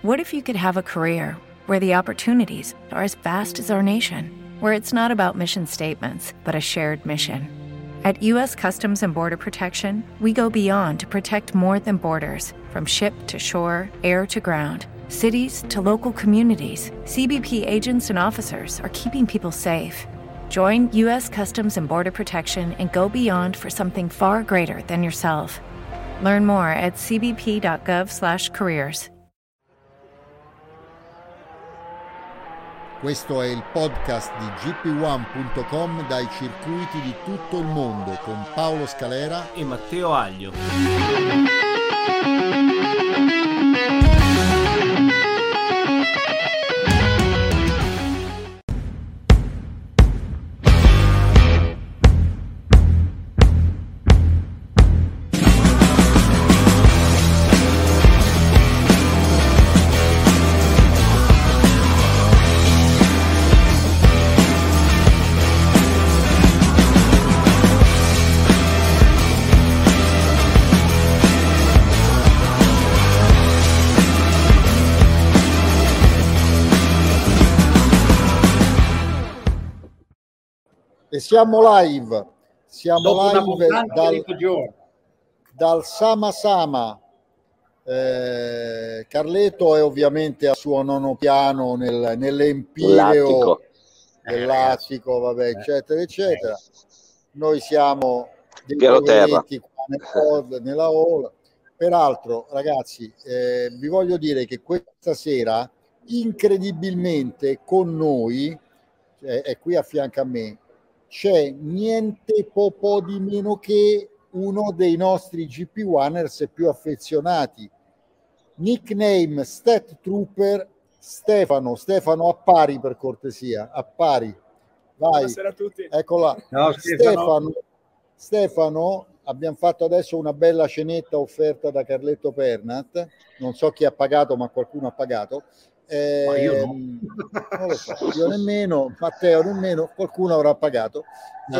What if you could have a career where the opportunities are as vast as our nation, where it's not about mission statements, but a shared mission? At U.S. Customs and Border Protection, we go beyond to protect more than borders. From ship to shore, air to ground, cities to local communities, CBP agents and officers are keeping people safe. Join U.S. Customs and Border Protection and go beyond for something far greater than yourself. Learn more at cbp.gov/careers. Questo è il podcast di gp1.com dai circuiti di tutto il mondo con Paolo Scalera e Matteo Aglio. E siamo live dal Sama Sama. Carleto è ovviamente a suo nono piano nell'empireo dell'attico, vabbè, eccetera, eccetera. Noi siamo dei poveretti qua nella hall. Peraltro, ragazzi, vi voglio dire che questa sera, incredibilmente, con noi, è qui a fianco a me, c'è niente po' di meno che uno dei nostri GP1ers più affezionati, nickname Stat Trooper Stefano. A pari, per cortesia, a pari. Vai. Buonasera a tutti. Eccola. Ciao, Stefano, abbiamo fatto adesso una bella cenetta offerta da Carletto Pernat. Non so chi ha pagato, ma qualcuno ha pagato. Ma io no. Non lo so, io nemmeno, Matteo nemmeno, qualcuno avrà pagato. No.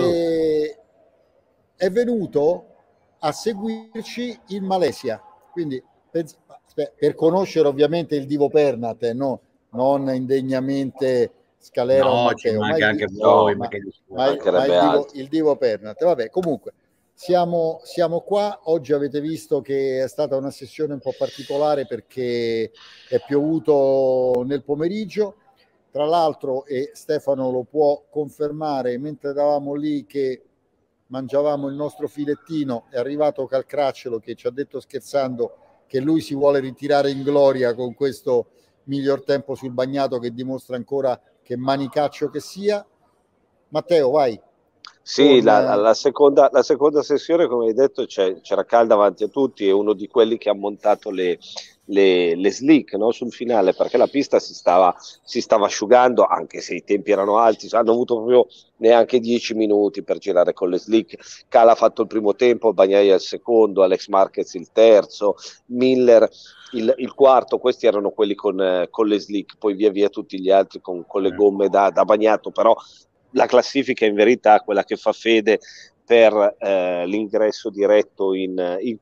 È venuto a seguirci in Malesia, quindi per conoscere ovviamente il divo Pernat, no? Non indegnamente Scalera o Matteo, ma anche voi, ma il divo Pernat. Vabbè, comunque siamo qua. Oggi avete visto che è stata una sessione un po' particolare perché è piovuto nel pomeriggio. Tra l'altro, e Stefano lo può confermare, mentre eravamo lì che mangiavamo il nostro filettino, è arrivato Calcracciolo che ci ha detto, scherzando, che lui si vuole ritirare in gloria con questo miglior tempo sul bagnato, che dimostra ancora che manicaccio che sia. Matteo, vai. Sì, la seconda sessione, come hai detto, c'era Cal davanti a tutti, è uno di quelli che ha montato le slick, no, sul finale, perché la pista si stava asciugando, anche se i tempi erano alti, hanno avuto proprio neanche 10 minuti per girare con le slick. Cal ha fatto il primo tempo, Bagnaia il secondo, Alex Marquez il terzo, Miller il quarto. Questi erano quelli con le slick, poi via via tutti gli altri con le gomme da bagnato. Però la classifica in verità, quella che fa fede per l'ingresso diretto in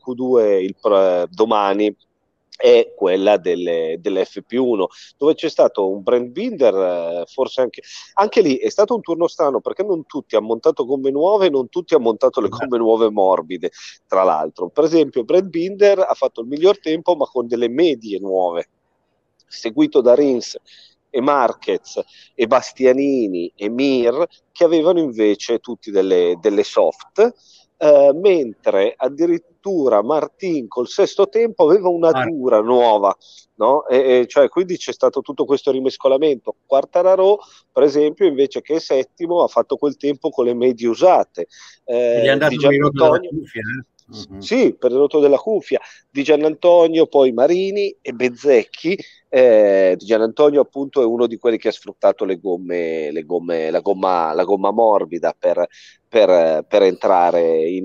Q2 domani, è quella dell'FP1, dove c'è stato un Brent Binder, forse anche lì è stato un turno strano, perché non tutti hanno montato gomme nuove, non tutti hanno montato le gomme nuove morbide, tra l'altro. Per esempio Brent Binder ha fatto il miglior tempo ma con delle medie nuove, seguito da Rins e Marquez e Bastianini e Mir, che avevano invece tutti delle soft, mentre addirittura Martin col sesto tempo aveva una dura nuova, no? Cioè, quindi c'è stato tutto questo rimescolamento. Quartararo, per esempio, invece che settimo, ha fatto quel tempo con le medie usate. Gli è andato il minuto della cuffia, Sì, per il rotto della cuffia. Di Giannantonio, poi Marini e Bezzecchi. Di Giannantonio appunto è uno di quelli che ha sfruttato la gomma morbida per entrare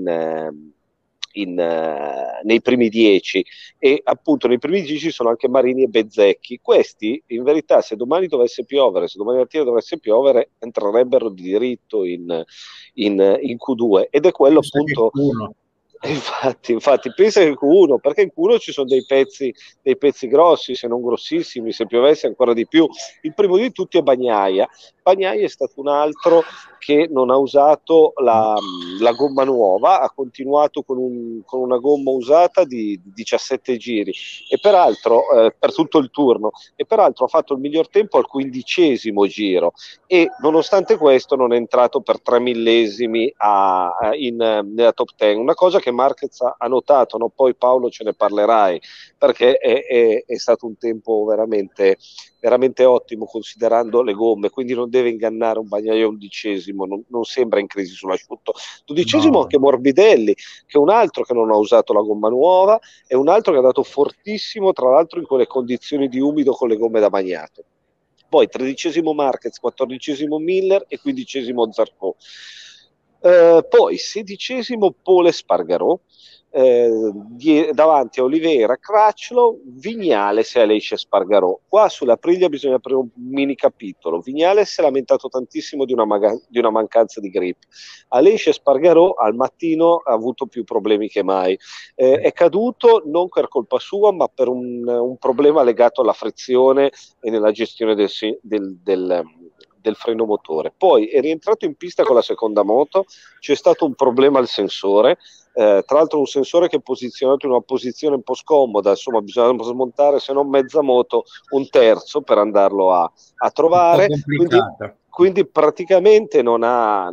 nei primi 10, e appunto nei primi 10 sono anche Marini e Bezzecchi. Questi in verità, se domani mattina dovesse piovere, entrerebbero di diritto in Q2, ed è quello appunto Infatti, pensa che Q1, perché in Q1 ci sono dei pezzi grossi, se non grossissimi, se piovesse ancora di più. Il primo di tutti è Bagnaia. Bagnaia è stato un altro che non ha usato la gomma nuova, ha continuato con una gomma usata di 17 giri e peraltro per tutto il turno, e peraltro ha fatto il miglior tempo al 15° giro, e nonostante questo non è entrato per 3 millesimi nella top 10, una cosa che Marquez ha notato, no? Poi Paolo ce ne parlerai, perché è stato un tempo veramente, veramente ottimo considerando le gomme, quindi non deve ingannare un Bagnaia 11°, non sembra in crisi sull'asciutto. 12° No. anche Morbidelli, che è un altro che non ha usato la gomma nuova, è un altro che è andato fortissimo, tra l'altro in quelle condizioni di umido con le gomme da bagnato. Poi 13° Marquez, 14° Miller e 15° Zarco. Poi 16° Pole Espargaró, davanti a Oliveira, Crutchlow, Viñales e Aleix Espargaró. Qua sulla Aprilia bisogna aprire un mini capitolo. Viñales si è lamentato tantissimo di una mancanza di grip. Aleix Espargaró al mattino ha avuto più problemi che mai. È caduto non per colpa sua, ma per un problema legato alla frizione e nella gestione del freno motore. Poi è rientrato in pista con la seconda moto, c'è stato un problema al sensore, tra l'altro un sensore che è posizionato in una posizione un po' scomoda, insomma bisogna smontare se non mezza moto, un terzo per andarlo a trovare, quindi praticamente non ha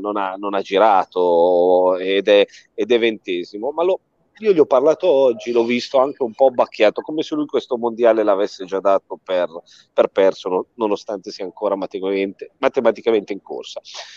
girato ed è 20°, ma io gli ho parlato oggi, l'ho visto anche un po' bacchiato, come se lui questo mondiale l'avesse già dato per perso, nonostante sia ancora matematicamente in corsa.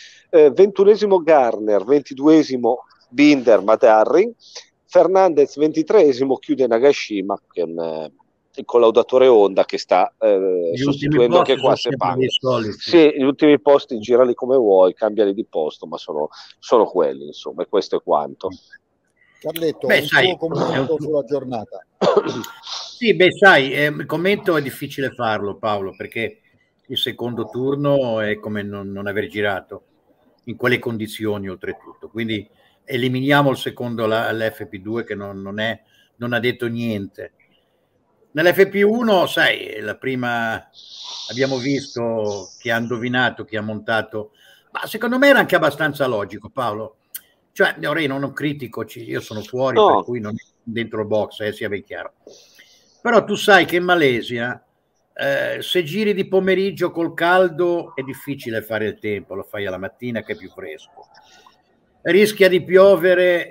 21° Garner, 22° Binder, Matarri, Fernandez 23° chiude Nagashima, che è il collaudatore Honda che sta sostituendo anche qua Sepang. Sì, gli ultimi posti girali come vuoi, cambiali di posto, ma sono quelli, insomma, e questo è quanto. Carletto, tuo commento sulla giornata. Sì, sai, il commento è difficile farlo, Paolo, perché il secondo turno è come non aver girato in quelle condizioni, oltretutto. Quindi eliminiamo il secondo, l'FP2, che non ha detto niente. Nell'FP1, sai, la prima abbiamo visto chi ha indovinato, chi ha montato, ma secondo me era anche abbastanza logico, Paolo. Cioè, ora io non critico, io sono fuori, per cui non dentro il box, sia ben chiaro. Però tu sai che in Malesia, se giri di pomeriggio col caldo, è difficile fare il tempo, lo fai alla mattina che è più fresco. Rischia di piovere,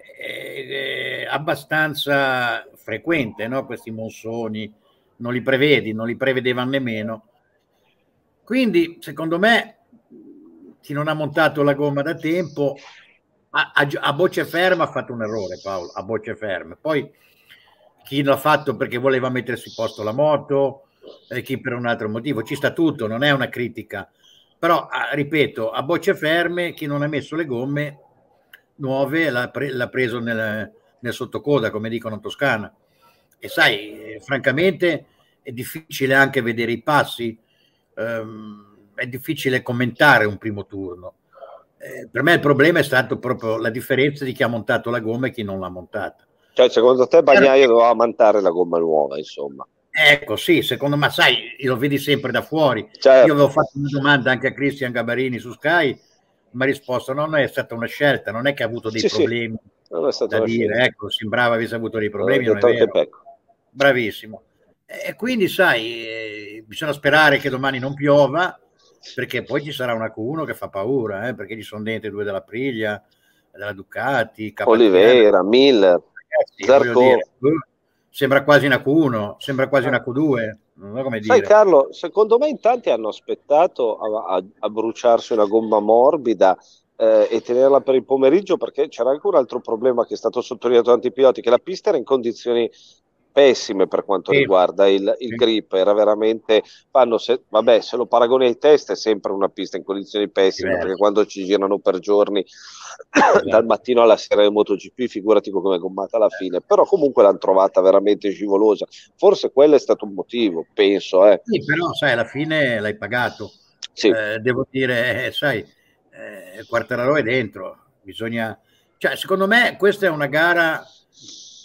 abbastanza frequente, no? Questi monsoni, non li prevedevano nemmeno. Quindi, secondo me, chi non ha montato la gomma da tempo, a bocce ferme ha fatto un errore, Paolo, a bocce ferme. Poi chi l'ha fatto perché voleva mettersi in posto la moto, chi per un altro motivo, ci sta tutto, non è una critica. Però, ripeto, a bocce ferme, chi non ha messo le gomme nuove l'ha preso nel sottocoda, come dicono in Toscana. E sai, francamente è difficile anche vedere i passi, è difficile commentare un primo turno. Per me il problema è stato proprio la differenza di chi ha montato la gomma e chi non l'ha montata. Cioè, secondo te Bagnaia doveva montare la gomma nuova, insomma? Ecco, sì, secondo me, sai, lo vedi sempre da fuori. Certo. Io avevo fatto una domanda anche a Cristian Gabarini su Sky, mi ha risposto non è stata una scelta, non è che ha avuto dei problemi non è stata da una dire, scelta. ecco, sembrava avesse avuto dei problemi, non è vero. Bravissimo. E quindi, sai, bisogna sperare che domani non piova, perché poi ci sarà una Q1 che fa paura, perché ci sono dentro 2 della Aprilia, della Ducati, Oliveira, Miller, Zarco. Sembra quasi una Q1, sembra quasi una Q2. Non so come Sai dire. Carlo, secondo me in tanti hanno aspettato a bruciarsi una gomma morbida e tenerla per il pomeriggio, perché c'era anche un altro problema che è stato sottolineato da tanti piloti, che la pista era in condizioni pessime per quanto riguarda il grip, era veramente, se lo paragoni ai test è sempre una pista in condizioni pessime, perché quando ci girano per giorni dal mattino alla sera del MotoGP, figurati come è gommata alla fine, però comunque l'hanno trovata veramente scivolosa, forse quello è stato un motivo, penso. Sì, però sai, alla fine l'hai pagato. Sì. Devo dire, sai, Quartararo è dentro, bisogna, cioè secondo me questa è una gara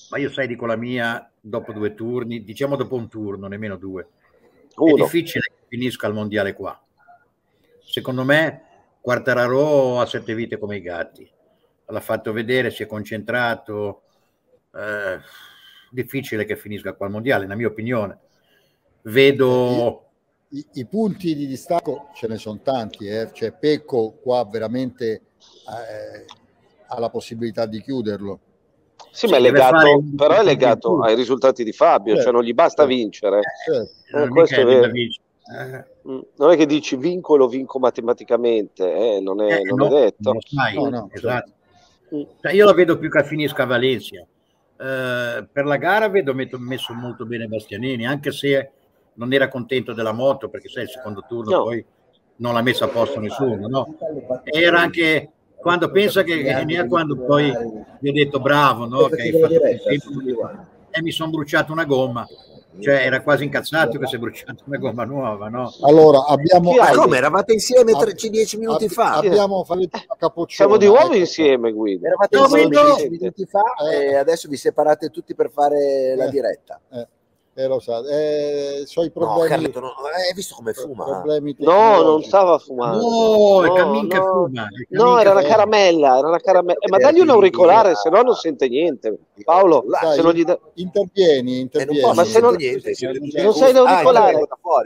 Ma io sai, dico la mia, dopo 2 turni, diciamo dopo un turno, nemmeno 2. Uno. È difficile che finisca il mondiale qua. Secondo me Quartararo ha 7 vite come i gatti. L'ha fatto vedere, si è concentrato. Difficile che finisca qua il mondiale, nella mia opinione. Vedo... I punti di distacco ce ne sono tanti, cioè Pecco qua veramente ha la possibilità di chiuderlo. Sì, ma è legato, però è legato ai risultati di Fabio, cioè non gli basta vincere. Questo è vero. Non è che dici vinco e lo vinco matematicamente, non è detto. Esatto. Cioè, io la vedo più che finisca a Valencia. Per la gara vedo messo molto bene Bastianini, anche se non era contento della moto, perché sai, il secondo turno poi non l'ha messa a posto nessuno, no? Era anche quando pensa quando poi gli ho detto bravo, no? Che hai fatto e mi sono bruciato una gomma, cioè era quasi incazzato che si è bruciato una gomma nuova, no? Allora abbiamo... Ma come eravate insieme 10 minuti fa? Abbiamo fatto capoccione. Siamo di nuovo insieme, Guido. Eravate insieme 10 minuti fa e adesso vi separate tutti per fare la diretta. Lo sa, so i problemi. No, hai visto come fuma? No, non stava fumando. No, il cammin che fuma. Era una caramella, ma dagli un auricolare, se no non sente niente. Paolo, dai, se non gli intervieni. Ma se non sei l'auricolare.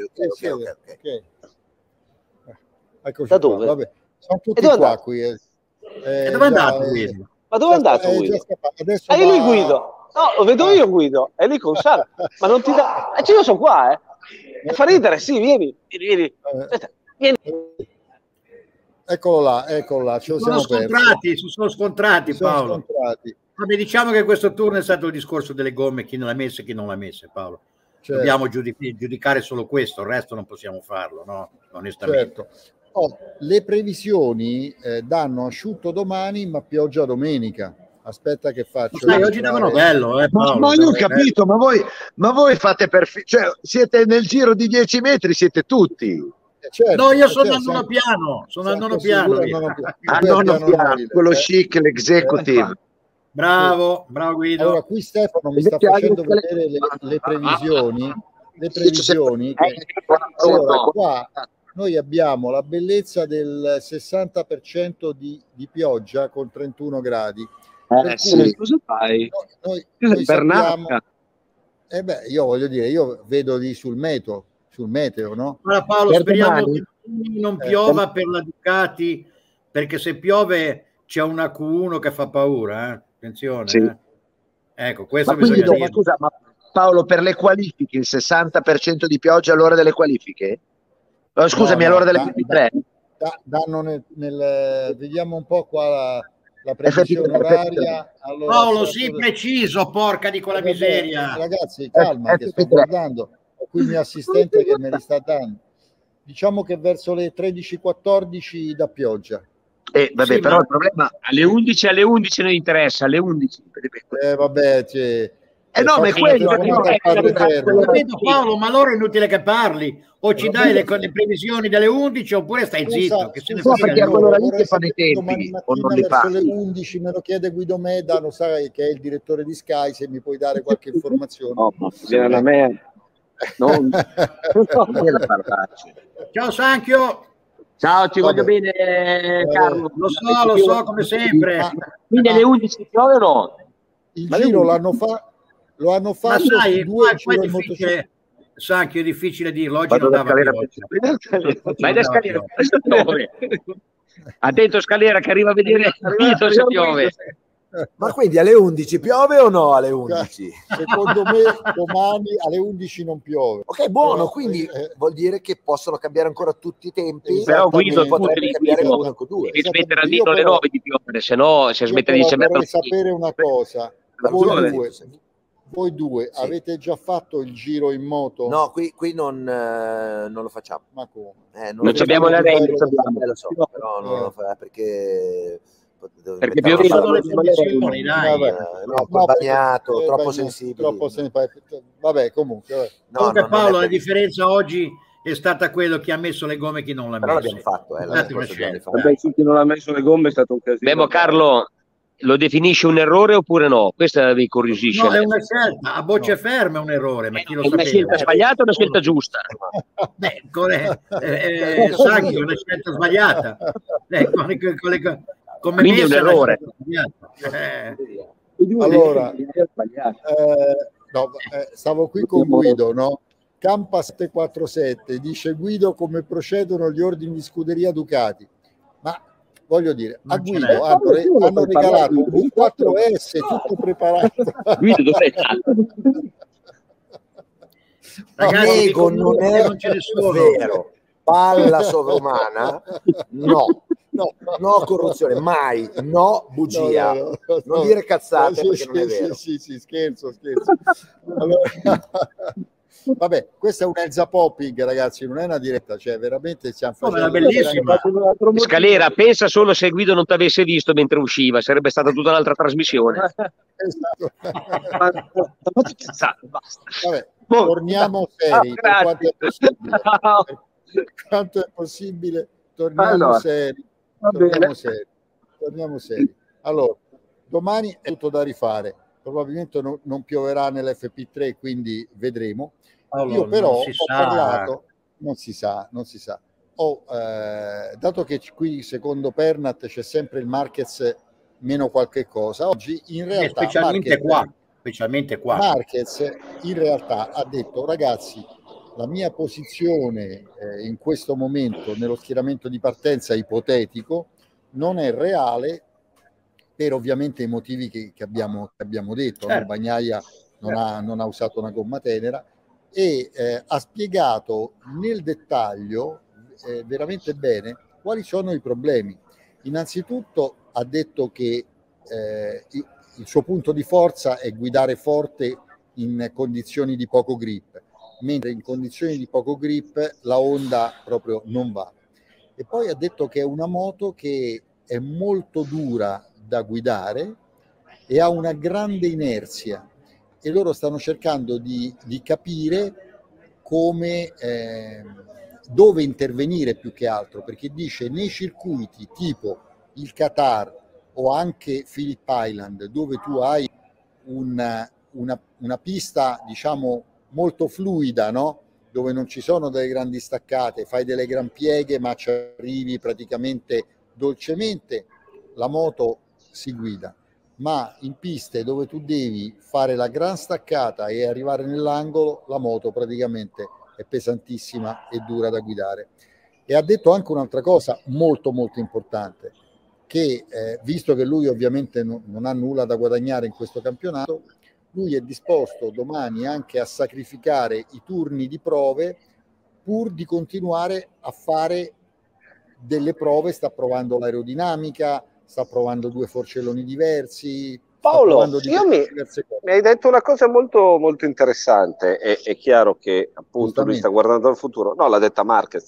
Eccoci da dove? Vabbè. Sono tutti qua qui. E dove è andato Guido? Ma dove è andato Guido? Adesso lì Guido. No, lo vedo io Guido, è lì con Sara, ma non ti dà... io sono qua, E fa ridere, sì, vieni. Aspetta, vieni. Eccolo là, ce lo siamo persi. Sono scontrati, Paolo. Vabbè, diciamo che questo turno è stato il discorso delle gomme, chi ne l'ha messa e chi non l'ha messa, Paolo. Certo. Dobbiamo giudicare solo questo, il resto non possiamo farlo, no? Onestamente. Certo. Le previsioni danno asciutto domani, ma pioggia domenica. Aspetta che faccio. Oggi davano bello, Paolo, ma io ho capito, ma voi fate cioè siete nel giro di 10 metri, siete tutti. Certo, no, io sono al nono piano. Sono al nono piano. Quello chic, l'executive. Bravo Guido. Allora, qui Stefano mi sta facendo vedere le previsioni. Allora, qua noi abbiamo la bellezza del 60% di pioggia con 31 gradi. Cosa fai? Noi sappiamo, io voglio dire, io vedo lì sul meteo, no? Allora, Paolo, speriamo che non piova per la Ducati, perché se piove c'è una Q1 che fa paura, attenzione. Sì. Ecco, questo bisogna dire. Scusa, ma Paolo, per le qualifiche il 60% di pioggia all'ora delle qualifiche? Scusami, all'ora delle 23? Danno vediamo un po' qua la previsione oraria. Allora, Paolo, sii preciso, porca di quella miseria. Ragazzi, calma, che sto guardando. Ho qui il mio assistente che me li sta dando. Diciamo che verso le 13-14 da pioggia. Vabbè, però il problema... Alle 11 non interessa, alle 11. Vabbè, no, ma è quello. Vedo, Paolo, ma allora è inutile che parli. O ci dai le previsioni delle 11 oppure stai zitto. Che se ne perché a quell'ora lì che fanno i tempi o non li verso le 11 me lo chiede Guido Meda, lo sai che è il direttore di Sky, se mi puoi dare qualche informazione. A me non Ciao Sanchio. Ciao, ti voglio bene, Carlo. Lo so, come sempre. Quindi alle 11 piove o no? Il giro lo hanno fatto ma sai, su 2 giri. Sanchio, è difficile dirlo, oggi non dava Vai da scalera, attento scalera che arriva a vedere se piove. Ma quindi alle 11 piove o no alle 11? Secondo me domani alle 11 non piove. Ok, buono, quindi vuol dire che possono cambiare ancora tutti i tempi. Però Guido, potrebbe cambiare con 1-2. Devi smettere almeno alle 9 di piovere, se no si smette di dicembre. Vorrei sapere una cosa. Voi due avete già fatto il giro in moto? No, qui non lo facciamo. Ma come? Non abbiamo la rete, lo so, però non lo fa perché piovevano le condizioni, troppo bagnato, troppo sensibile. Vabbè, comunque. Comunque Paolo, la differenza oggi è stata quello che ha messo le gomme e chi non l'ha messo. Però l'abbiamo fatto, chi non ha messo le gomme è stato un casino. Carlo, lo definisce un errore oppure no? Questa mi incuriosisce. No, è una scelta, a bocce ferme è un errore, ma chi lo È una scelta sbagliata o una scelta giusta? Beh, Sacchi, è una scelta sbagliata. Come quindi è un errore. Allora, stavo qui con Guido, no? Campa 747 dice: Guido, come procedono gli ordini di scuderia Ducati? Ma voglio dire, a Guido hanno regalato un 4S tutto preparato. Guido, dov'è? Ragazzi, non è vero. Palla sovrumana, no, corruzione, mai, no, bugia, non dire cazzate perché non è vero. Sì, scherzo. Allora, vabbè, questa è un Elsa Popping, ragazzi, non è una diretta, cioè veramente stiamo facendo bellissima. Scalera, pensa solo se Guido non ti avesse visto mentre usciva, sarebbe stata tutta un'altra trasmissione. Esatto. Vabbè, torniamo seri per quanto è possibile, torniamo seri. Allora, domani è tutto da rifare, probabilmente non pioverà nell'FP3, quindi vedremo. Io però ho parlato, non si sa. Dato che qui secondo Pernat c'è sempre il Marquez meno qualche cosa, oggi in realtà specialmente qua Marquez in realtà ha detto: ragazzi, la mia posizione in questo momento nello schieramento di partenza ipotetico non è reale per ovviamente i motivi che abbiamo detto. Certo. Bagnaia non ha usato una gomma tenera e ha spiegato nel dettaglio veramente bene quali sono i problemi. Innanzitutto ha detto che il suo punto di forza è guidare forte in condizioni di poco grip, mentre in condizioni di poco grip la Honda proprio non va. E poi ha detto che è una moto che è molto dura da guidare e ha una grande inerzia, e loro stanno cercando di capire come dove intervenire più che altro, perché dice nei circuiti tipo il Qatar o anche Phillip Island, dove tu hai una pista diciamo molto fluida, no? Dove non ci sono delle grandi staccate, fai delle gran pieghe ma ci arrivi praticamente dolcemente, la moto si guida. Ma in piste dove tu devi fare la gran staccata e arrivare nell'angolo, la moto praticamente è pesantissima e dura da guidare. E ha detto anche un'altra cosa molto molto importante, che visto che lui ovviamente non ha nulla da guadagnare in questo campionato, lui è disposto domani anche a sacrificare i turni di prove pur di continuare a fare delle prove. Sta provando l'aerodinamica, sta provando 2 forcelloni diversi. Paolo, mi hai detto una cosa molto, molto interessante. È chiaro che appunto lui sta guardando al futuro. No, l'ha detta Marquez.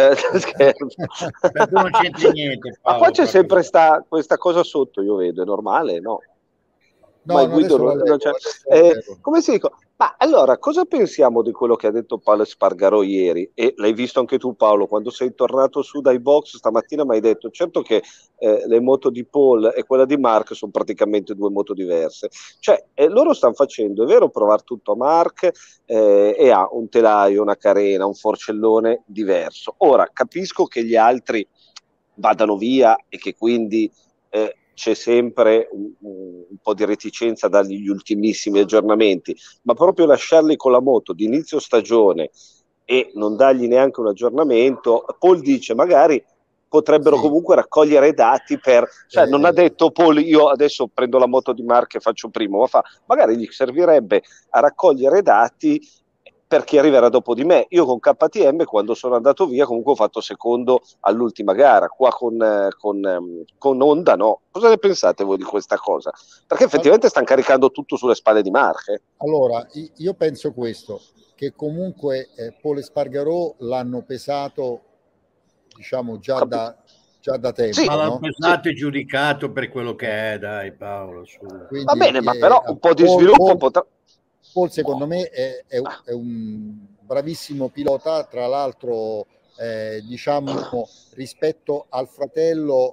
Non c'entra niente, Paolo, ma poi c'è sempre questa cosa sotto, io vedo, è normale, no? No, Guido come si dice? Ma allora, cosa pensiamo di quello che ha detto Paolo Espargarò ieri? E l'hai visto anche tu, Paolo, quando sei tornato su dai box stamattina, mi hai detto, certo che le moto di Paul e quella di Mark sono praticamente 2 moto diverse. Cioè, loro stanno facendo, è vero, provare tutto a Mark e ha un telaio, una carena, un forcellone diverso. Ora, capisco che gli altri vadano via e che quindi c'è sempre un po' di reticenza dagli ultimissimi aggiornamenti, ma proprio lasciarli con la moto di inizio stagione e non dargli neanche un aggiornamento. Paul dice magari potrebbero comunque raccogliere dati cioè non ha detto Paul io adesso prendo la moto di Mark e faccio primo, ma magari gli servirebbe a raccogliere dati per chi arriverà dopo di me. Io con KTM quando sono andato via comunque ho fatto secondo all'ultima gara, qua con Honda no. Cosa ne pensate voi di questa cosa? Perché effettivamente stanno caricando tutto sulle spalle di Mark. Allora, io penso questo, che comunque Paul Espargarò l'hanno pesato diciamo già da tempo. Sì, ma l'hanno pesato e giudicato per quello che è, dai Paolo. Quindi, va bene, ma però un po' di sviluppo potrà... Paul secondo me è un bravissimo pilota, tra l'altro diciamo rispetto al fratello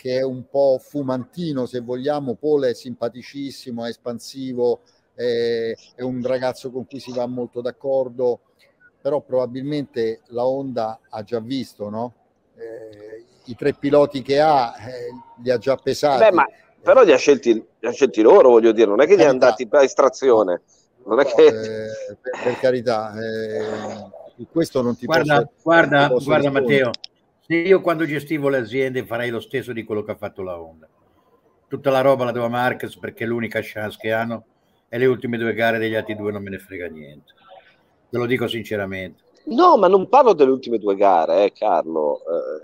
che è un po' fumantino, se vogliamo. Paul è simpaticissimo, è espansivo, è un ragazzo con cui si va molto d'accordo, però probabilmente la Honda ha già visto, no? I 3 piloti che ha li ha già pesati. Ma però li ha scelti loro, voglio dire, non è che li ha andati per estrazione, non è che... per carità, questo non ti guarda posso Matteo, se io quando gestivo le aziende farei lo stesso di quello che ha fatto la Honda. Tutta la roba la do a Marquez, perché l'unica chance che hanno, e le ultime 2 gare degli altri 2 non me ne frega niente, te lo dico sinceramente. No, ma non parlo delle ultime 2 gare, Carlo.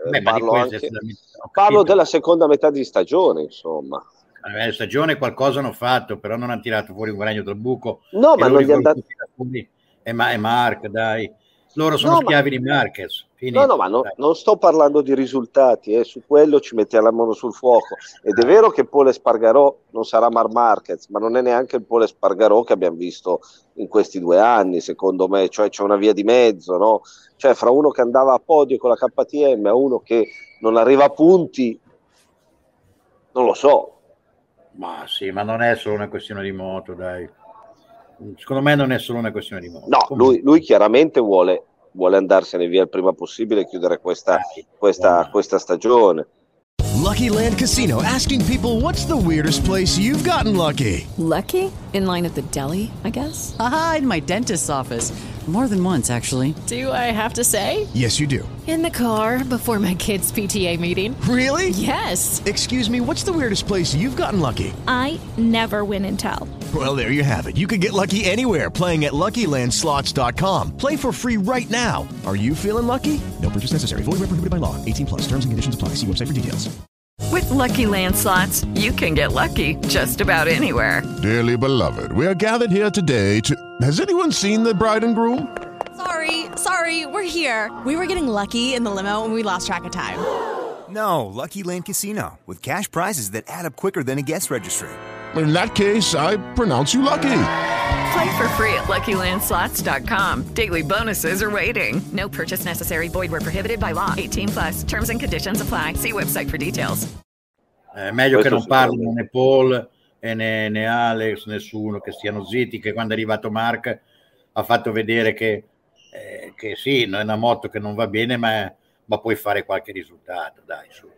Parlo della seconda metà di stagione, insomma. Stagione qualcosa hanno fatto, però non hanno tirato fuori un ragno dal buco. No, ma non gli hanno dato... E Mark, dai. Loro sono schiavi di Marquez. No, ma non sto parlando di risultati, su quello ci mettiamo la mano sul fuoco. Ed è vero che Pol Espargarò non sarà Marc Marquez, ma non è neanche il Pol Espargarò che abbiamo visto in questi 2 anni, secondo me. Cioè c'è una via di mezzo, no? Cioè fra uno che andava a podio con la KTM a uno che non arriva a punti, non lo so. Ma sì, ma non è solo una questione di moto, dai. Secondo me non è solo una questione di moto. No, lui chiaramente vuole andarsene via il prima possibile e chiudere questa stagione. Lucky Land Casino, asking people, what's the weirdest place you've gotten lucky? Lucky? In line at the deli, I guess? Aha, in my dentist's office. More than once, actually. Do I have to say? Yes, you do. In the car before my kids' PTA meeting. Really? Yes. Excuse me, what's the weirdest place you've gotten lucky? I never win and tell. Well, there you have it. You can get lucky anywhere, playing at LuckyLandSlots.com. Play for free right now. Are you feeling lucky? No purchase necessary. Void where prohibited by law. 18+. Terms and conditions apply. See website for details. With Lucky Land Slots, you can get lucky just about anywhere. Dearly beloved, we are gathered here today to... Has anyone seen the bride and groom? Sorry, we're here. We were getting lucky in the limo and we lost track of time. No, Lucky Land Casino, with cash prizes that add up quicker than a guest registry. In that case, I pronounce you lucky. Play for free at LuckyLandSlots.com. Daily bonuses are waiting. No purchase necessary. Void where prohibited by law. 18+. Terms and conditions apply. See website for details. Meglio che non parlino né Paul né Alex, nessuno, che stiano zitti, che quando è arrivato Mark ha fatto vedere che sì, è una moto che non va bene, ma puoi fare qualche risultato, dai, su.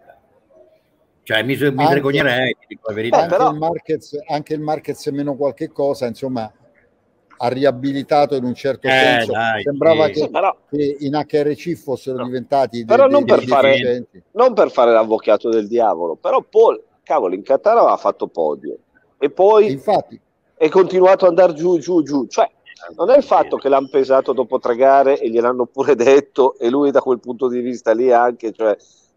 Cioè mi vergognerei, ti dico la verità. Però anche il Marquez meno qualche cosa, insomma, ha riabilitato in un certo senso. Dai, sembrava sì. che in HRC fossero diventati non per fare l'avvocato del diavolo, però Paul, cavolo, in Qatar aveva fatto podio e poi infatti è continuato ad andare giù, cioè non è il fatto che l'hanno pesato dopo 3 gare e gliel'hanno pure detto e lui da quel punto di vista lì anche, cioè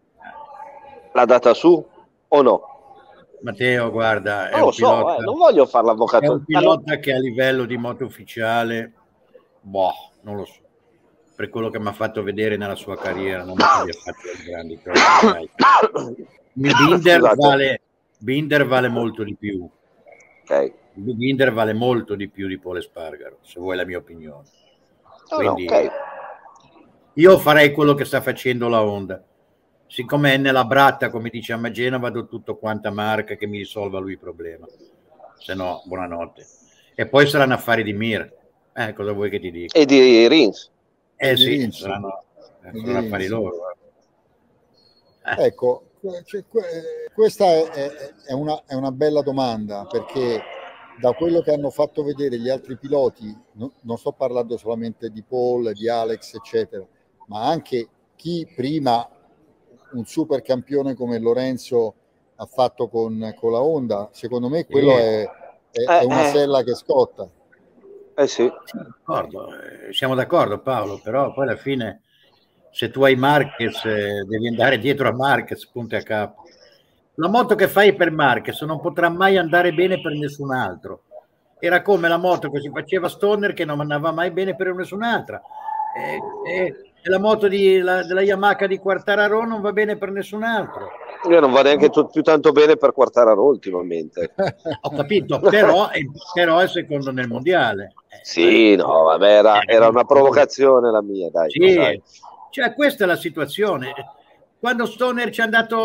l'ha data su o no? Matteo, guarda, non lo so, non voglio fare l'avvocato. È un pilota che a livello di moto ufficiale, non lo so. Per quello che mi ha fatto vedere nella sua carriera, non mi ha fatto grandi cose. Binder vale molto di più. Ok. Binder vale molto di più di Pol Espargaro, se vuoi la mia opinione. Quindi, io farei quello che sta facendo la Honda. Siccome è nella bratta, come diciamo a Genova, do tutto quanto a Mark che mi risolva lui il problema. Se no, buonanotte. E poi saranno affari di Mir. Cosa vuoi che ti dica? E di Rins. Sì, saranno affari loro. Ecco, questa è una bella domanda, perché da quello che hanno fatto vedere gli altri piloti, non sto parlando solamente di Paul, di Alex, eccetera, ma anche chi prima un super campione come Lorenzo ha fatto con la Honda, secondo me quello è una sella che scotta. Sì. Siamo d'accordo, Paolo, però poi alla fine se tu hai Marquez devi andare dietro a Marquez, punto a capo. La moto che fai per Marquez non potrà mai andare bene per nessun altro. Era come la moto che si faceva Stoner, che non andava mai bene per nessun'altra. E la moto della Yamaha di Quartararo non va bene per nessun altro. Non va neanche più tanto bene per Quartararo ultimamente. Ho capito, però è secondo nel mondiale. Sì, no, vabbè, era una provocazione la mia, dai. Sì, cioè questa è la situazione. Quando Stoner ci è andato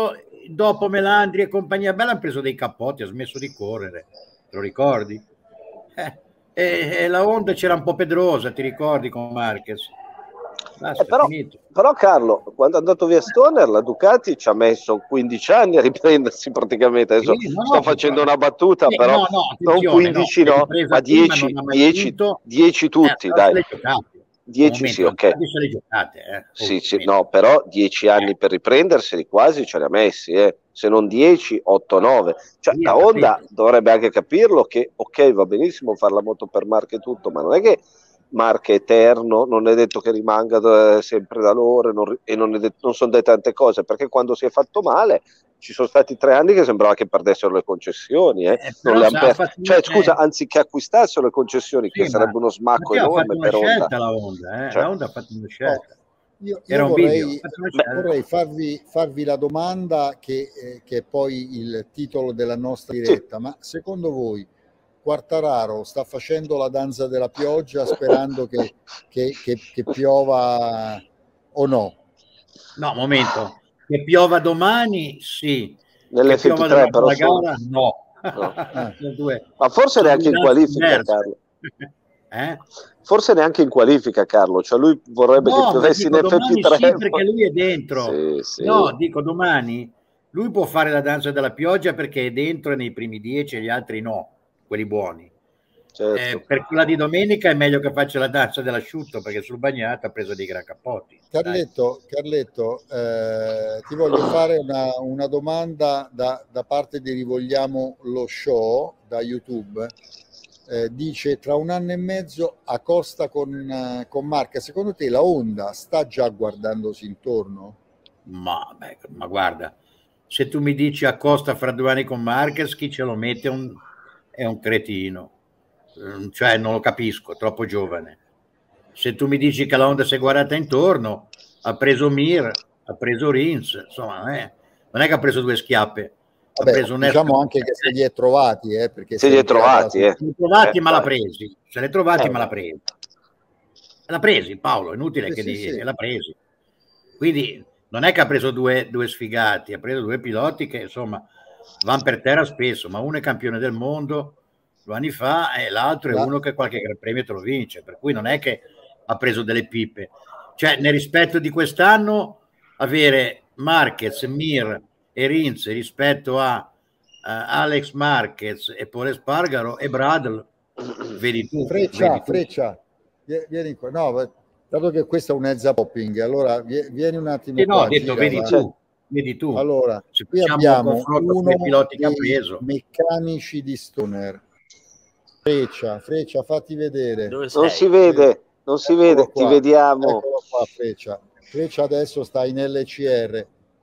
dopo Melandri e compagnia bella hanno preso dei cappotti, ha smesso di correre, te lo ricordi? E la Honda c'era un po' pedrosa, ti ricordi, con Marquez? Basta, però Carlo, quando è andato via Stoner, la Ducati ci ha messo 15 anni a riprendersi praticamente. Adesso sto facendo una battuta, però non 15 ma 10 tutti, dai. 10 sì, ok. Sì, no, però 10 anni per riprenderseli quasi ce li ha messi, se non 10, 8, 9. Cioè, la Honda dovrebbe anche capirlo che, ok, va benissimo fare la moto per marche e tutto, ma non è che marche eterno, non è detto che rimanga sempre da loro, non sono dette tante cose, perché quando si è fatto male ci sono stati 3 anni che sembrava che perdessero le concessioni, non le cioè scusa, anziché acquistassero le concessioni, che sarebbe uno smacco enorme per Honda. La Honda, la Honda ha fatto una scelta. Io vorrei farvi la domanda che è poi il titolo della nostra diretta, ma secondo voi Quartararo sta facendo la danza della pioggia sperando che piova o no? No, momento. Che piova domani, sì. Nell'FP3 però la gara, no. Ma forse neanche in qualifica, Carlo. Forse neanche in qualifica, Carlo. Cioè lui vorrebbe che piovessi in FP3. Sì, perché lui è dentro. Sì. No, dico domani. Lui può fare la danza della pioggia perché è dentro e nei primi 10 e gli altri no, quelli buoni. Certo. Per quella di domenica è meglio che faccia la danza dell'asciutto, perché sul bagnato ha preso dei gran cappotti. Carletto, ti voglio fare una domanda da parte di Rivogliamo lo Show da YouTube. Dice: tra 1 anno e mezzo Acosta con Marca, secondo te la Honda sta già guardandosi intorno? Ma guarda, se tu mi dici Acosta fra 2 anni con Marquez, chi ce lo mette è un cretino. Cioè non lo capisco, troppo giovane. Se tu mi dici che la Honda si è guardata intorno, ha preso Mir, ha preso Rins, insomma non è che ha preso 2 schiappe. Vabbè, preso diciamo anche che se li è trovati, perché se li è trovati, ma l'ha presi. Se li è trovati, ma l'ha presi. L'ha presi, Paolo, è inutile che dica, l'ha presi. Quindi non è che ha preso due sfigati, ha preso 2 piloti che insomma vanno per terra spesso, ma uno è campione del mondo 2 anni fa e l'altro è uno che qualche gran premio te lo vince, per cui non è che ha preso delle pippe. Cioè, nel rispetto di quest'anno, avere Marquez, Mir e Rins rispetto a Alex Marquez e Pol Espargaro e Bradl, vedi tu. Freccia, vieni qua. No, dato che questo è un heads up popping, allora vieni un attimo qua. No, ho detto, vedi tu. Allora, qui abbiamo uno dei meccanici di Stoner. Freccia, fatti vedere. Non si vede, ti vediamo. Eccolo qua, Freccia adesso sta in LCR.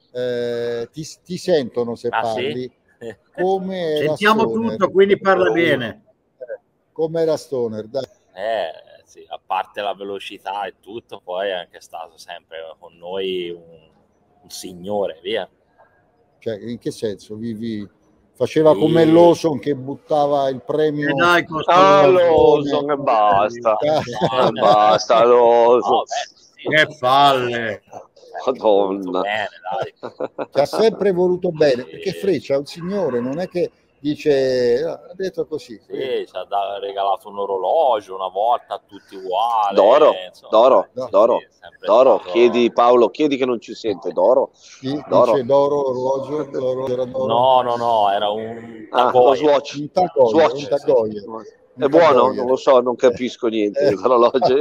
Ti sentono se parli. Sì? Come sentiamo Stoner? Tutto, quindi parla bene. Come era Stoner? Dai. Sì, a parte la velocità e tutto, poi è anche stato sempre con noi un signore, via. Cioè, in che senso? Faceva come Lawson che buttava il premio. Lawson e basta. Basta Lawson. Che palle. Madonna. Che ha sempre voluto bene, perché Freccia è un signore, non è che dice, ha detto così. Sì, ci ha regalato un orologio una volta a tutti uguali. Doro, chiedi Paolo, chiedi che non ci sente, Doro. Sì, dice Doro, orologio. No, era un Swatch. Un Tag Heuer. È buono? Non lo so, non capisco niente dell'orologio.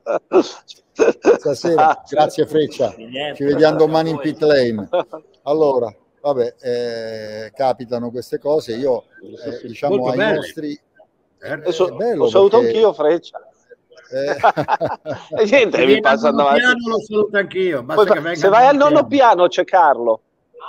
Stasera, grazie Freccia, ci vediamo domani in pit lane. Allora, vabbè, capitano queste cose. Io diciamo molto ai bene. Nostri lo saluto anch'io Freccia. E niente, mi passa davanti. Lo saluto anch'io. Se vai al 9° piano c'è Carlo.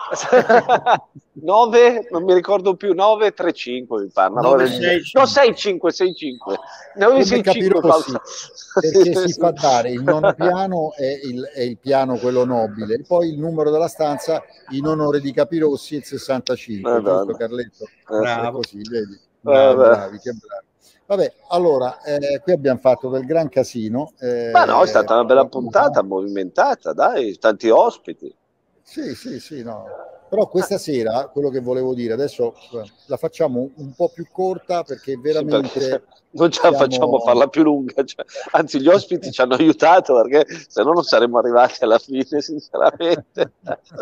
9, non mi ricordo più, 935 mi parla. 65. 965 perché si fa dare il 9° piano è il piano quello nobile, e poi il numero della stanza in onore di Capirossi il 65, giusto Carletto? Bravo. Così, vedi? Bravi, che bravi. Vabbè, allora, qui abbiamo fatto del gran casino. Ma no, è stata una bella puntata, movimentata, dai, tanti ospiti. Sì, no. Però questa sera, quello che volevo dire, adesso la facciamo un po' più corta perché veramente... Sì, perché non ce la facciamo a farla più lunga, cioè, anzi gli ospiti ci hanno aiutato perché se no non saremmo arrivati alla fine, sinceramente.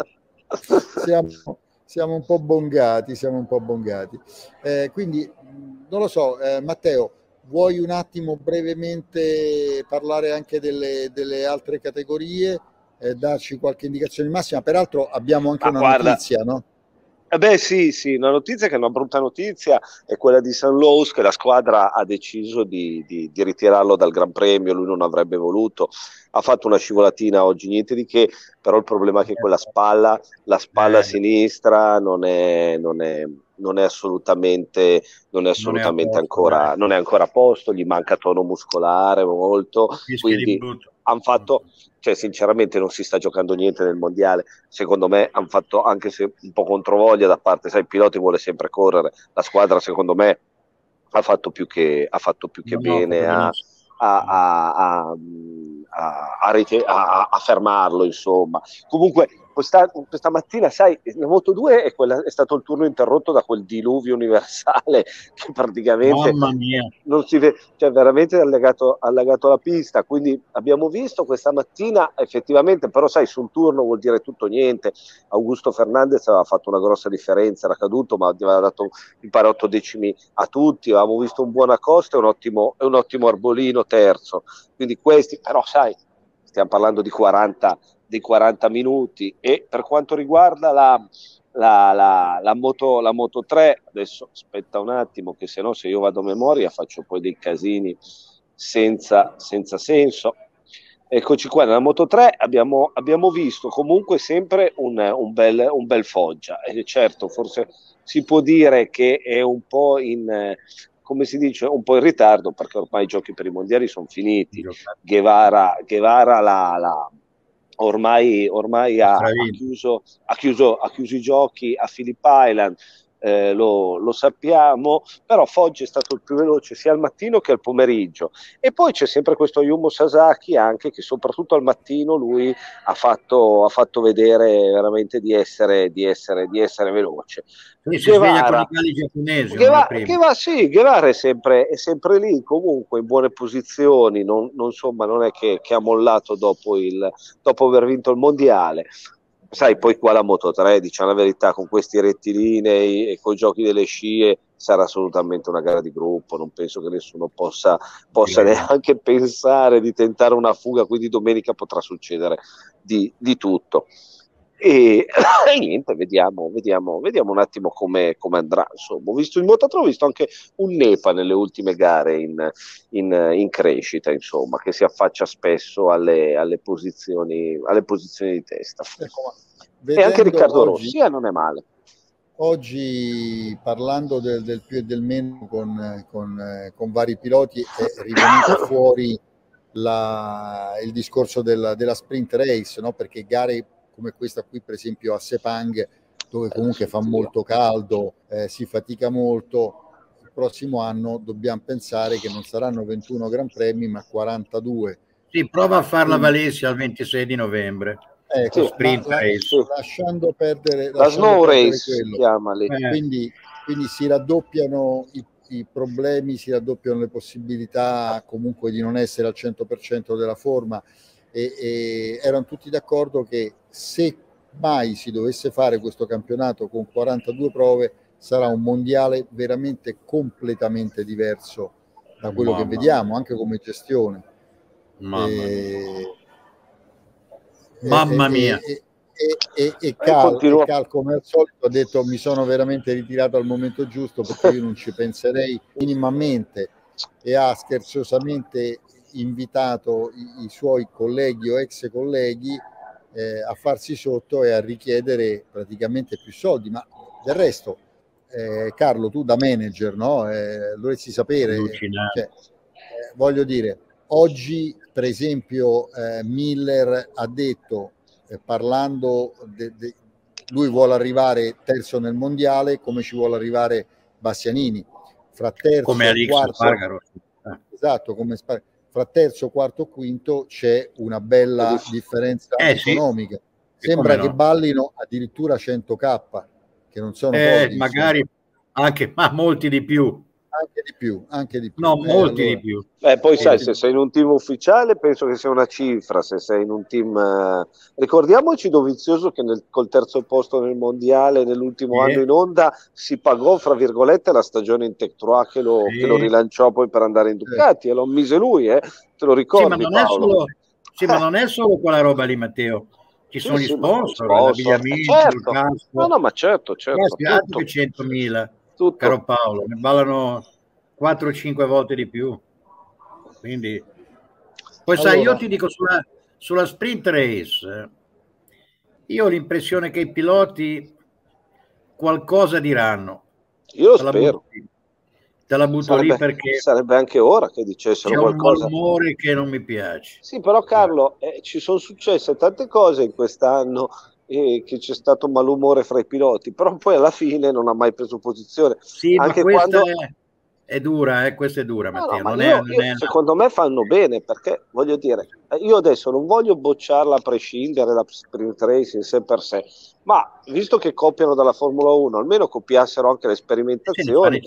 Siamo un po' bongati, quindi non lo so, Matteo, vuoi un attimo brevemente parlare anche delle altre categorie? Darci qualche indicazione massima, peraltro abbiamo anche notizia, no? Sì, una notizia che è una brutta notizia è quella di St. Louis, che la squadra ha deciso di ritirarlo dal Gran Premio, lui non avrebbe voluto, ha fatto una scivolatina oggi, niente di che, però il problema è che quella la spalla sinistra non è assolutamente ancora a posto, gli manca tono muscolare molto, quindi hanno fatto, cioè sinceramente non si sta giocando niente nel mondiale, secondo me hanno fatto, anche se un po' controvoglia da parte, sai, il pilota vuole sempre correre, la squadra secondo me ha fatto più che bene a fermarlo, insomma. Comunque questa mattina, sai, la Moto2 è stato il turno interrotto da quel diluvio universale che praticamente non si vede, cioè veramente è allegato alla pista, quindi abbiamo visto questa mattina effettivamente, però sai, su un turno vuol dire tutto niente. Augusto Fernandez aveva fatto una grossa differenza, era caduto ma aveva dato mi pare 8 decimi a tutti, avevamo visto un buon Acosta e un ottimo Arbolino terzo, quindi questi, però sai, stiamo parlando di 40 minuti. E per quanto riguarda la Moto 3, adesso aspetta un attimo che se io vado a memoria faccio poi dei casini senza senso. Eccoci qua, nella Moto 3 abbiamo visto comunque sempre un bel Foggia, e certo forse si può dire che è un po' come si dice, un po' in ritardo, perché ormai i giochi per i mondiali sono finiti. Guevara ormai ha chiuso i giochi a Phillip Island, lo sappiamo, però Foggia è stato il più veloce sia al mattino che al pomeriggio, e poi c'è sempre questo Yumo Sasaki anche, che soprattutto al mattino lui ha fatto vedere veramente di essere veloce. Guevara è sempre lì comunque in buone posizioni, non è che ha mollato dopo aver vinto il mondiale. Sai, poi qua la Moto 3, diciamo la verità, con questi rettilinei e con i giochi delle scie sarà assolutamente una gara di gruppo, non penso che nessuno possa neanche pensare di tentare una fuga, quindi domenica potrà succedere di tutto. E niente, vediamo un attimo come andrà. Insomma, ho visto in Moto 3, ho visto anche un Nepa nelle ultime gare in crescita, insomma, che si affaccia spesso alle posizioni di testa. E anche Riccardo Rossi non è male. Oggi, parlando del più e del meno con vari piloti, è rivenuto fuori il discorso della sprint race, no? Perché gare come questa qui, per esempio a Sepang, dove comunque fa molto caldo, si fatica molto, il prossimo anno dobbiamo pensare che non saranno 21 Gran Premi ma 42. Sì, prova a farla Valencia il 26 di novembre. Ecco, sprint race. Lasciando perdere la snow race, quindi si raddoppiano i problemi, si raddoppiano le possibilità comunque di non essere al 100% della forma, e erano tutti d'accordo che se mai si dovesse fare questo campionato con 42 prove sarà un mondiale veramente completamente diverso da quello che vediamo, anche come gestione. Mamma mia. E Cal, come al solito, ha detto: mi sono veramente ritirato al momento giusto, perché io non ci penserei minimamente, e ha scherzosamente invitato i suoi colleghi o ex colleghi a farsi sotto e a richiedere praticamente più soldi. Ma del resto, Carlo, tu da manager, no? Dovresti sapere, cioè, voglio dire, oggi per esempio Miller ha detto, parlando lui vuole arrivare terzo nel mondiale, come ci vuole arrivare Bastianini, fra terzo come e quarto, esatto, come fra terzo, quarto, quinto c'è una bella differenza economica. sembra che ballino addirittura 100k, che non sono pochi, magari anche, ma molti di più. Anche di più. No, molti di più. Poi sai, se sei in un team ufficiale penso che sia una cifra, se sei in un team... Ricordiamoci Dovizioso che col terzo posto nel mondiale nell'ultimo anno in onda si pagò, fra virgolette, la stagione in Tech 3 che lo rilanciò poi per andare in Ducati e lo mise lui, te lo ricordi, Paolo? Ma non è solo quella roba lì, Matteo. Ci sono gli sponsor, l'abbigliamento, il casco. No, ma certo. Altro che 100.000. Caro Paolo, ne ballano 4-5 volte di più. Quindi poi sai, io ti dico sulla sprint race, io ho l'impressione che i piloti qualcosa diranno. Io spero. Te la butto lì perché sarebbe anche ora che dicessero qualcosa. C'è un rumore che non mi piace. Sì, però Carlo, ci sono successe tante cose in quest'anno che c'è stato malumore fra i piloti, però poi alla fine non ha mai preso posizione. Sì, anche ma questa quando... è dura, questa è dura, Matteo. Secondo me fanno bene, perché voglio dire, io adesso non voglio bocciarla a prescindere la sprint race in sé per sé, ma visto che copiano dalla Formula 1, almeno copiassero anche le sperimentazioni.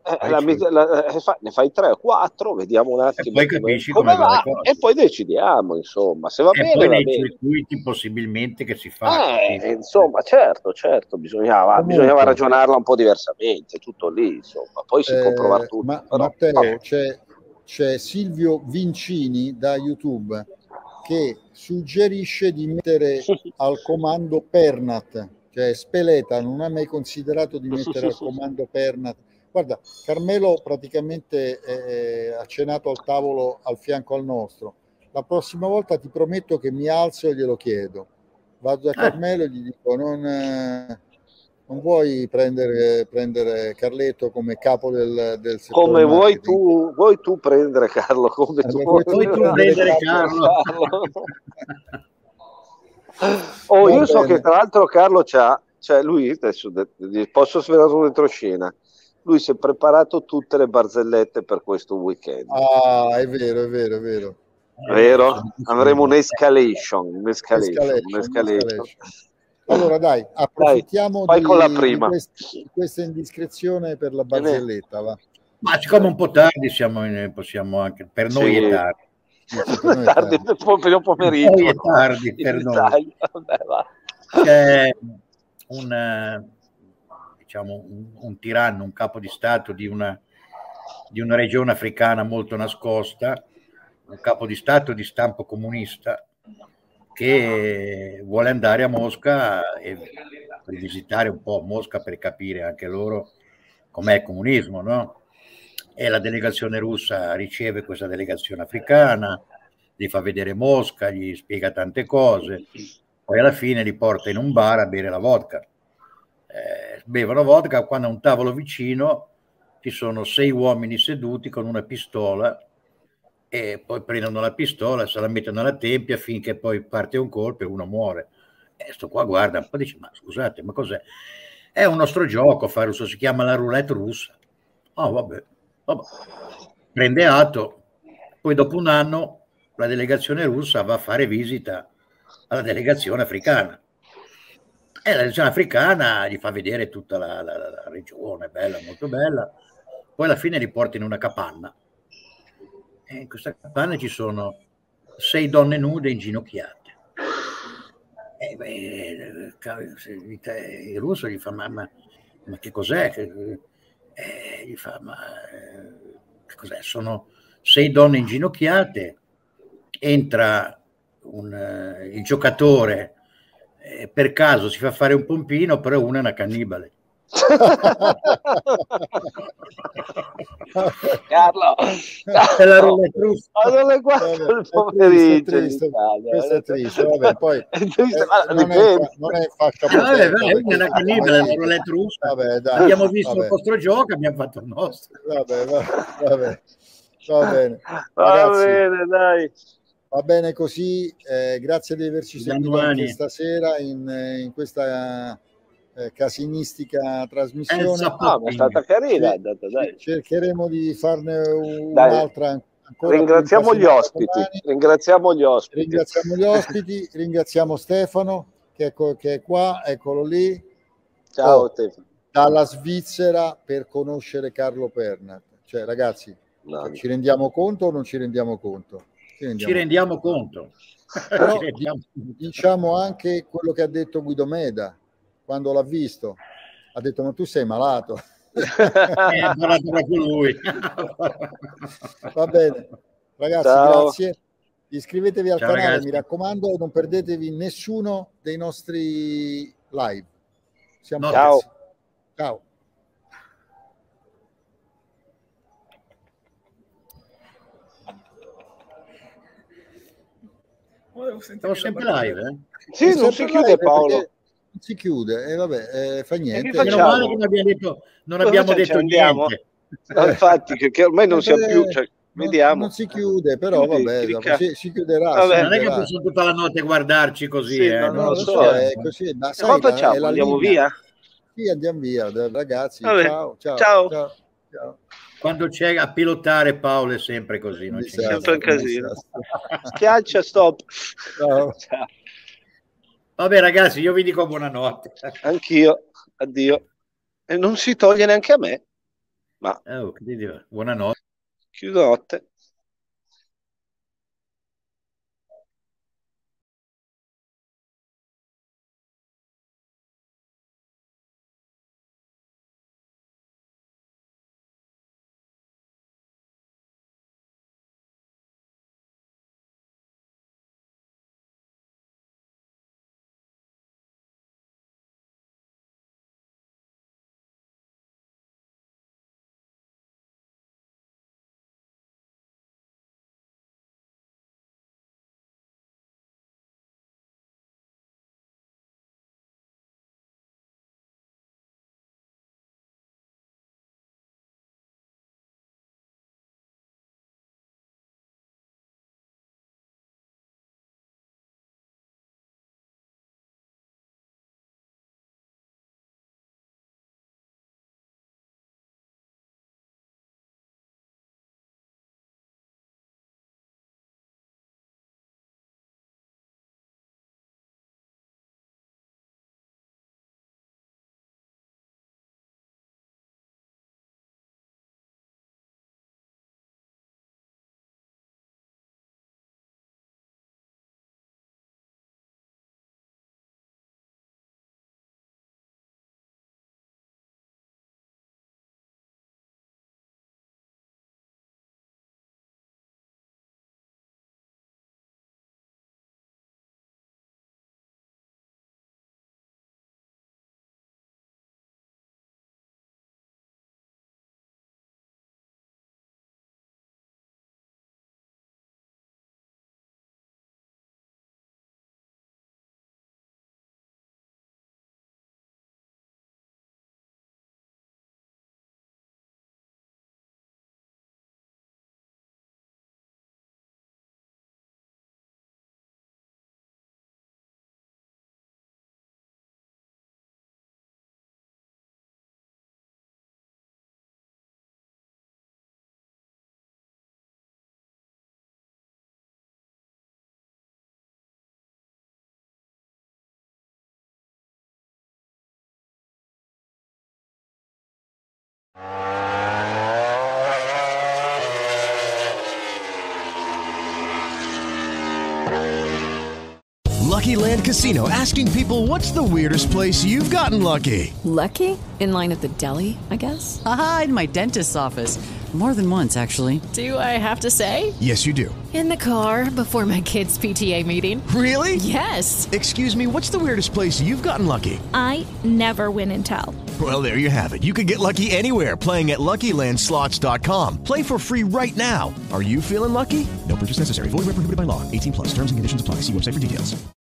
Ne fai 3 o 4, vediamo un attimo e poi capisci come va e poi decidiamo, insomma, se va bene. Poi va nei bene. Circuiti possibilmente che si fa. Insomma, certo, bisognava ragionarla un po' diversamente, tutto lì, insomma, poi si può provare tutto. Matteo, c'è Silvio Vincini da YouTube che suggerisce di mettere al comando Pernat, cioè Speleta non ha mai considerato di mettere al comando Pernat. Guarda, Carmelo praticamente ha cenato al tavolo al fianco al nostro. La prossima volta ti prometto che mi alzo e glielo chiedo. Vado da Carmelo e gli dico non vuoi prendere Carletto come capo del settore come marketing? vuoi tu prendere Carlo, come vuoi tu prendere Carlo. Io so che tra l'altro Carlo lui adesso posso svelare un retroscena. Lui si è preparato tutte le barzellette per questo weekend. È vero. Vero? Avremo un'escalation. Allora dai, approfittiamo con la prima. Di questa indiscrezione per la barzelletta. Va. Ma siccome un po' tardi possiamo anche, per noi è tardi. Tardi per il pomeriggio. Poi è tardi per noi. C'è un tiranno, un capo di Stato di una regione africana molto nascosta, un capo di Stato di stampo comunista, che vuole andare a Mosca e rivisitare un po' Mosca per capire anche loro com'è il comunismo, no? E la delegazione russa riceve questa delegazione africana, gli fa vedere Mosca, gli spiega tante cose, poi alla fine li porta in un bar a bere la vodka. Bevono vodka, quando a un tavolo vicino ci sono 6 uomini seduti con una pistola e poi prendono la pistola, se la mettono alla tempia finché poi parte un colpo e uno muore. E sto qua guarda un po' e dice: ma scusate, ma cos'è? È un nostro gioco fare russo, si chiama la roulette russa. Vabbè. Prende atto, poi dopo un anno la delegazione russa va a fare visita alla delegazione africana e la delegazione africana gli fa vedere tutta la regione, bella, molto bella. Poi alla fine li porta in una capanna e in questa capanna ci sono 6 donne nude inginocchiate. Il russo gli fa: ma che cos'è? Gli fa: ma che cos'è? Sono 6 donne inginocchiate, entra il giocatore, per caso si fa fare un pompino, però una è una cannibale. Carlo, è la roulette russa. Non le guardo il pomeriggio. Questo è triste. Vabbè, poi non è fascia è una cannibale, la roulette russa. Vabbè, dai, abbiamo visto il vostro gioco, abbiamo fatto il nostro. Vabbè. Va bene. Ragazzi, dai. Va bene così. Grazie di averci seguito anche stasera in questa casinistica trasmissione. È stata carina. Dai. Cercheremo di farne un'altra ancora. Ringraziamo gli ospiti. Ringraziamo Stefano che è qua, eccolo lì. Ciao Stefano. Dalla Svizzera per conoscere Carlo Pernat. Cioè, ragazzi, ci rendiamo conto o non ci rendiamo conto? Ci rendiamo conto. Però diciamo anche quello che ha detto Guido Meda quando l'ha visto. Ha detto, ma tu sei malato. È malato proprio lui. Va bene. Ragazzi, ciao. Grazie. Iscrivetevi al canale, ragazzi. mi raccomando, non perdetevi nessuno dei nostri live. Siamo ciao. Ciao. Siamo sempre live, eh? Sì, non si chiude, Paolo. Non si chiude, vabbè, fa niente. Che Meno male che non abbiamo detto niente. No, infatti, che ormai non siamo più... Cioè, vediamo. Non si chiude, però vabbè, si chiuderà. Vabbè. Non è che possiamo tutta la notte guardarci così. Sì, non lo so. È così. Ma sai, cosa facciamo? Andiamo via? Sì, andiamo via, ragazzi. Vabbè. Ciao. Quando c'è a pilotare Paolo è sempre così. Non c'è sempre un casino. Schiaccia, stop. Ciao. Vabbè ragazzi, io vi dico buonanotte. Anch'io, addio. E non si toglie neanche a me. Ma buonanotte. Chiudo notte. Lucky Land Casino, asking people, what's the weirdest place you've gotten lucky? Lucky? In line at the deli, I guess? Aha, in my dentist's office. More than once, actually. Do I have to say? Yes, you do. In the car before my kids' PTA meeting. Really? Yes. Excuse me, what's the weirdest place you've gotten lucky? I never win and tell. Well, there you have it. You can get lucky anywhere, playing at LuckyLandSlots.com. Play for free right now. Are you feeling lucky? No purchase necessary. Void where prohibited by law. 18+. Terms and conditions apply. See website for details.